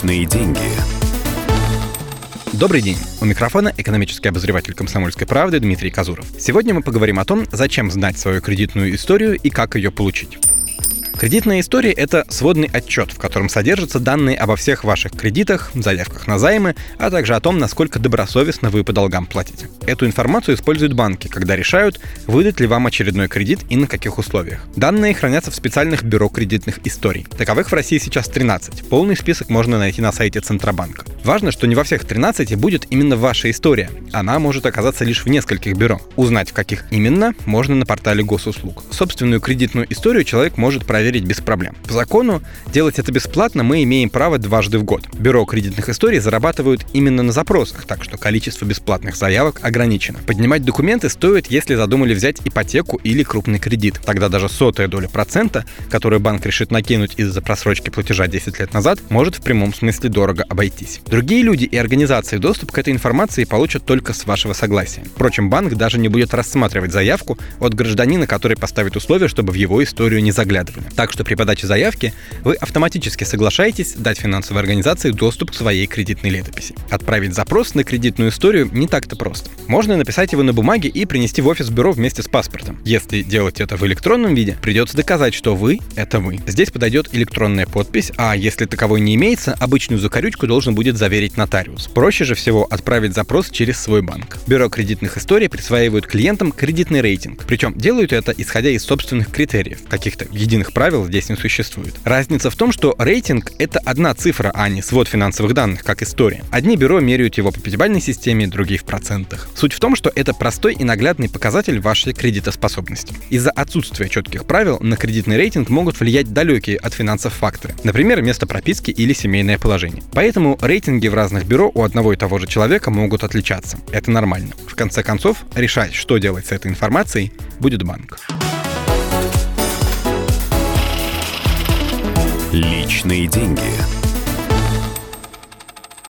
Личные деньги. Добрый день. У микрофона экономический обозреватель «Комсомольской правды» Дмитрий Казуров. Сегодня мы поговорим о том, зачем знать свою кредитную историю и как ее получить. Кредитная история — это сводный отчет, в котором содержатся данные обо всех ваших кредитах, заявках на займы, а также о том, насколько добросовестно вы по долгам платите. Эту информацию используют банки, когда решают, выдать ли вам очередной кредит и на каких условиях. Данные хранятся в специальных бюро кредитных историй. Таковых в России сейчас 13. Полный список можно найти на сайте Центробанка. Важно, что не во всех 13 будет именно ваша история. Она может оказаться лишь в нескольких бюро. Узнать, в каких именно, можно на портале госуслуг. Собственную кредитную историю человек может проверить без проблем. По закону делать это бесплатно мы имеем право дважды в год. Бюро кредитных историй зарабатывают именно на запросах, так что количество бесплатных заявок ограничено. Поднимать документы стоит, если задумали взять ипотеку или крупный кредит. Тогда даже 0,01%, которую банк решит накинуть из-за просрочки платежа 10 лет назад, может в прямом смысле дорого обойтись. Другие люди и организации доступ к этой информации получат только с вашего согласия. Впрочем, банк даже не будет рассматривать заявку от гражданина, который поставит условие, чтобы в его историю не заглядывали. Так что при подаче заявки вы автоматически соглашаетесь дать финансовой организации доступ к своей кредитной летописи. Отправить запрос на кредитную историю не так-то просто. Можно написать его на бумаге и принести в офис бюро вместе с паспортом. Если делать это в электронном виде, придется доказать, что вы — это вы. Здесь подойдет электронная подпись, а если таковой не имеется, обычную закорючку должен будет заверить нотариус. Проще же всего отправить запрос через свой банк. Бюро кредитных историй присваивают клиентам кредитный рейтинг. Причем делают это исходя из собственных критериев. Каких-то единых правил здесь не существует. Разница в том, что рейтинг — это одна цифра, а не свод финансовых данных, как история. Одни бюро меряют его по пятибалльной системе, другие в процентах. Суть в том, что это простой и наглядный показатель вашей кредитоспособности. Из-за отсутствия четких правил на кредитный рейтинг могут влиять далекие от финансов факторы, например, место прописки или семейное положение. Поэтому рейтинги в разных бюро у одного и того же человека могут отличаться. Это нормально. В конце концов, решать, что делать с этой информацией, будет банк. Личные деньги.